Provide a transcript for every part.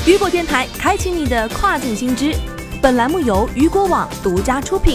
雨果电台，开启你的跨境新知。本栏目由雨果网独家出品。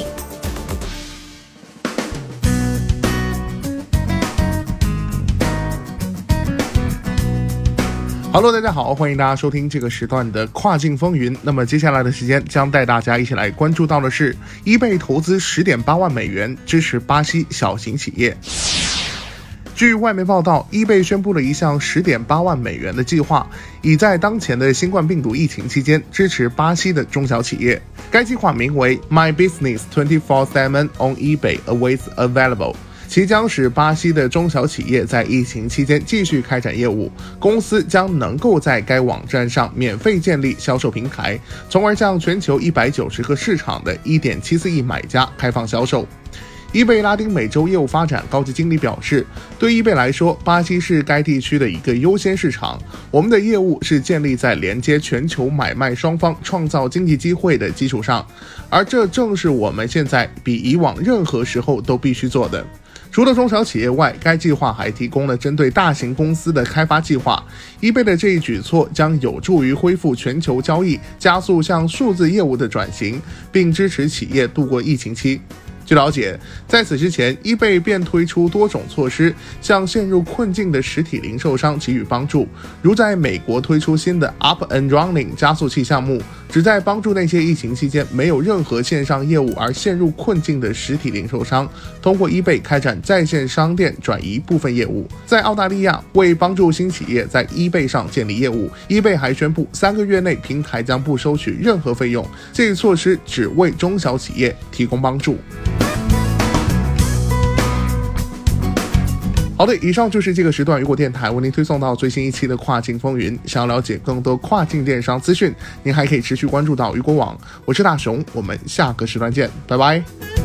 Hello， 大家好，欢迎大家收听这个时段的跨境风云。那么接下来的时间将带大家一起来关注到的是，eBay 投资10.8万美元支持巴西小型企业。据外媒报道， eBay 宣布了一项10.8万美元的计划，以在当前的新冠病毒疫情期间支持巴西的中小企业。该计划名为 My Business 24/7 on eBay Awaits Available，其将使巴西的中小企业在疫情期间继续开展业务，公司将能够在该网站上免费建立销售平台，从而向全球190个市场的 1.74 亿买家开放销售。eBay 拉丁美洲业务发展高级经理表示，对 eBay 来说，巴西是该地区的一个优先市场，我们的业务是建立在连接全球买卖双方创造经济机会的基础上，而这正是我们现在比以往任何时候都必须做的。除了中小企业外，该计划还提供了针对大型公司的开发计划。eBay 的这一举措将有助于恢复全球交易，加速向数字业务的转型，并支持企业度过疫情期。据了解，在此之前 eBay 便推出多种措施，向陷入困境的实体零售商给予帮助，如在美国推出新的 Up and Running 加速器项目，旨在帮助那些疫情期间没有任何线上业务而陷入困境的实体零售商，通过 eBay 开展在线商店转移部分业务。在澳大利亚，为帮助新企业在 eBay 上建立业务， eBay 还宣布3个月内平台将不收取任何费用，这一措施只为中小企业提供帮助。好的，以上就是这个时段雨果电台为您推送到最新一期的跨境风云。想要了解更多跨境电商资讯，您还可以持续关注到雨果网。我是大熊，我们下个时段见，拜拜。